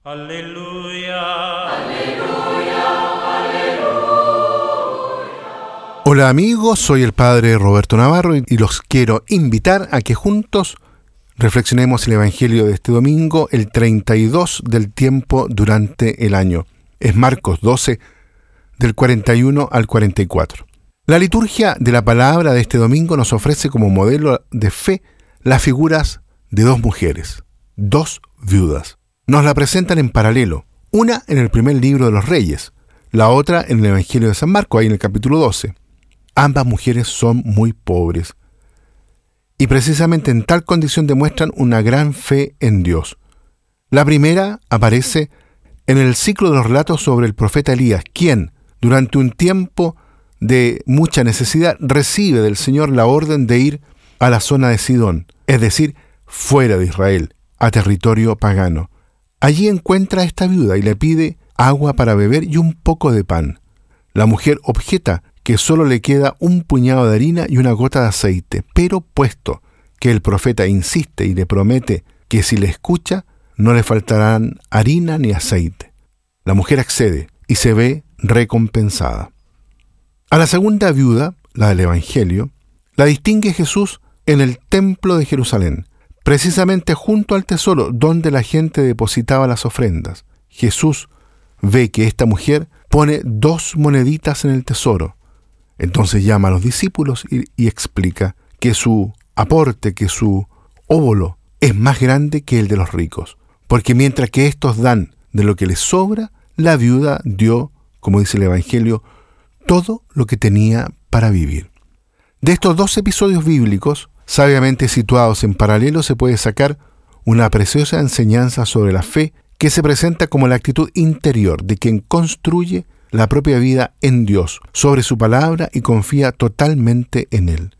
Aleluya. Hola amigos, soy el Padre Roberto Navarro y los quiero invitar a que juntos reflexionemos el Evangelio de este domingo, el 32 del tiempo durante el año. Es Marcos 12, del 41 al 44. La liturgia de la palabra de este domingo nos ofrece como modelo de fe las figuras de dos mujeres, dos viudas. Nos la presentan en paralelo, una en el primer libro de los Reyes, la otra en el Evangelio de San Marcos, ahí en el capítulo 12. Ambas mujeres son muy pobres y precisamente en tal condición demuestran una gran fe en Dios. La primera aparece en el ciclo de los relatos sobre el profeta Elías, quien, durante un tiempo de mucha necesidad, recibe del Señor la orden de ir a la zona de Sidón, es decir, fuera de Israel, a territorio pagano. Allí encuentra a esta viuda y le pide agua para beber y un poco de pan. La mujer objeta que solo le queda un puñado de harina y una gota de aceite, pero puesto que el profeta insiste y le promete que si le escucha, no le faltarán harina ni aceite. La mujer accede y se ve recompensada. A la segunda viuda, la del Evangelio, la distingue Jesús en el templo de Jerusalén, precisamente junto al tesoro donde la gente depositaba las ofrendas. Jesús ve que esta mujer pone 2 moneditas en el tesoro. Entonces llama a los discípulos y explica que su aporte, que su óbolo es más grande que el de los ricos. Porque mientras que estos dan de lo que les sobra, la viuda dio, como dice el Evangelio, todo lo que tenía para vivir. De estos 2 episodios bíblicos, sabiamente situados en paralelo, se puede sacar una preciosa enseñanza sobre la fe que se presenta como la actitud interior de quien construye la propia vida en Dios, sobre su palabra y confía totalmente en Él.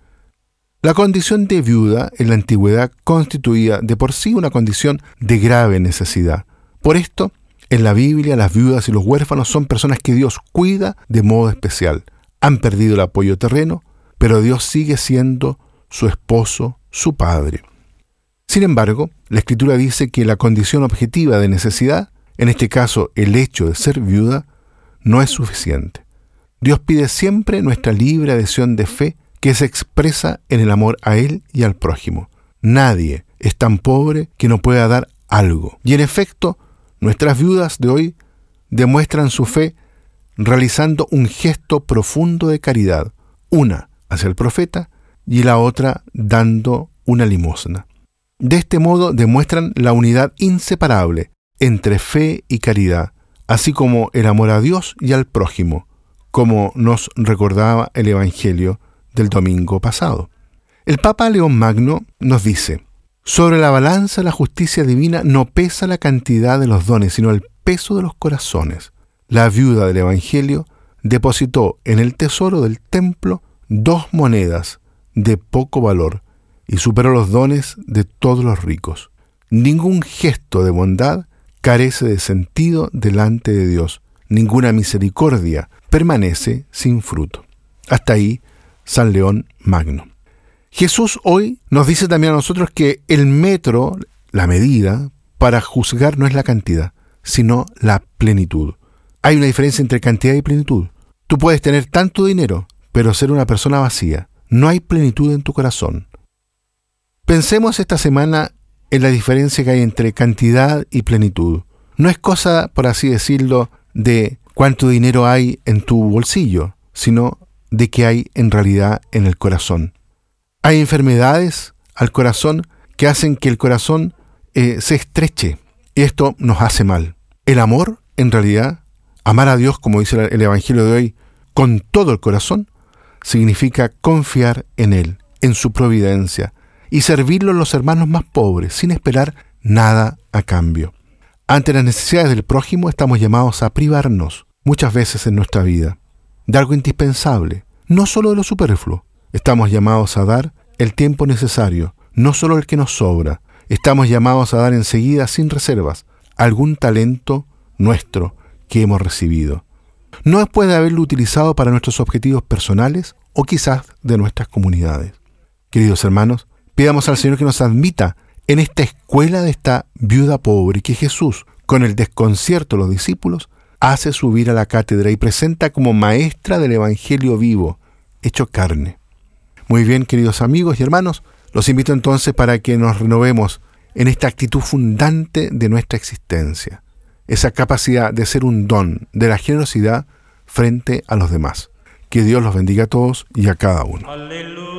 La condición de viuda en la antigüedad constituía de por sí una condición de grave necesidad. Por esto, en la Biblia, las viudas y los huérfanos son personas que Dios cuida de modo especial. Han perdido el apoyo terreno, pero Dios sigue siendo su esposo, su padre. Sin embargo, la Escritura dice que la condición objetiva de necesidad, en este caso el hecho de ser viuda, no es suficiente. Dios pide siempre nuestra libre adhesión de fe que se expresa en el amor a Él y al prójimo. Nadie es tan pobre que no pueda dar algo. Y en efecto, nuestras viudas de hoy demuestran su fe realizando un gesto profundo de caridad, una hacia el profeta y la otra dando una limosna. De este modo demuestran la unidad inseparable entre fe y caridad, así como el amor a Dios y al prójimo, como nos recordaba el Evangelio del domingo pasado. El Papa León Magno nos dice: sobre la balanza de la justicia divina no pesa la cantidad de los dones, sino el peso de los corazones. La viuda del Evangelio depositó en el tesoro del templo 2 monedas de poco valor y superó los dones de todos los ricos. Ningún gesto de bondad carece de sentido delante de Dios. Ninguna misericordia permanece sin fruto. Hasta ahí, San León Magno. Jesús hoy nos dice también a nosotros que el metro, la medida, para juzgar no es la cantidad, sino la plenitud. Hay una diferencia entre cantidad y plenitud. Tú puedes tener tanto dinero, pero ser una persona vacía. No hay plenitud en tu corazón. Pensemos esta semana en la diferencia que hay entre cantidad y plenitud. No es cosa, por así decirlo, de cuánto dinero hay en tu bolsillo, sino de qué hay en realidad en el corazón. Hay enfermedades al corazón que hacen que el corazón se estreche, y esto nos hace mal. El amor, en realidad, amar a Dios, como dice el Evangelio de hoy, con todo el corazón, significa confiar en Él, en su providencia, y servirlo a los hermanos más pobres, sin esperar nada a cambio. Ante las necesidades del prójimo estamos llamados a privarnos, muchas veces en nuestra vida, de algo indispensable, no solo de lo superfluo. Estamos llamados a dar el tiempo necesario, no solo el que nos sobra. Estamos llamados a dar enseguida, sin reservas, algún talento nuestro que hemos recibido. No después de haberlo utilizado para nuestros objetivos personales o quizás de nuestras comunidades. Queridos hermanos, pidamos al Señor que nos admita en esta escuela de esta viuda pobre y que Jesús, con el desconcierto de los discípulos, hace subir a la cátedra y presenta como maestra del Evangelio vivo, hecho carne. Muy bien, queridos amigos y hermanos, los invito entonces para que nos renovemos en esta actitud fundante de nuestra existencia, esa capacidad de ser un don de la generosidad frente a los demás. Que Dios los bendiga a todos y a cada uno. Aleluya.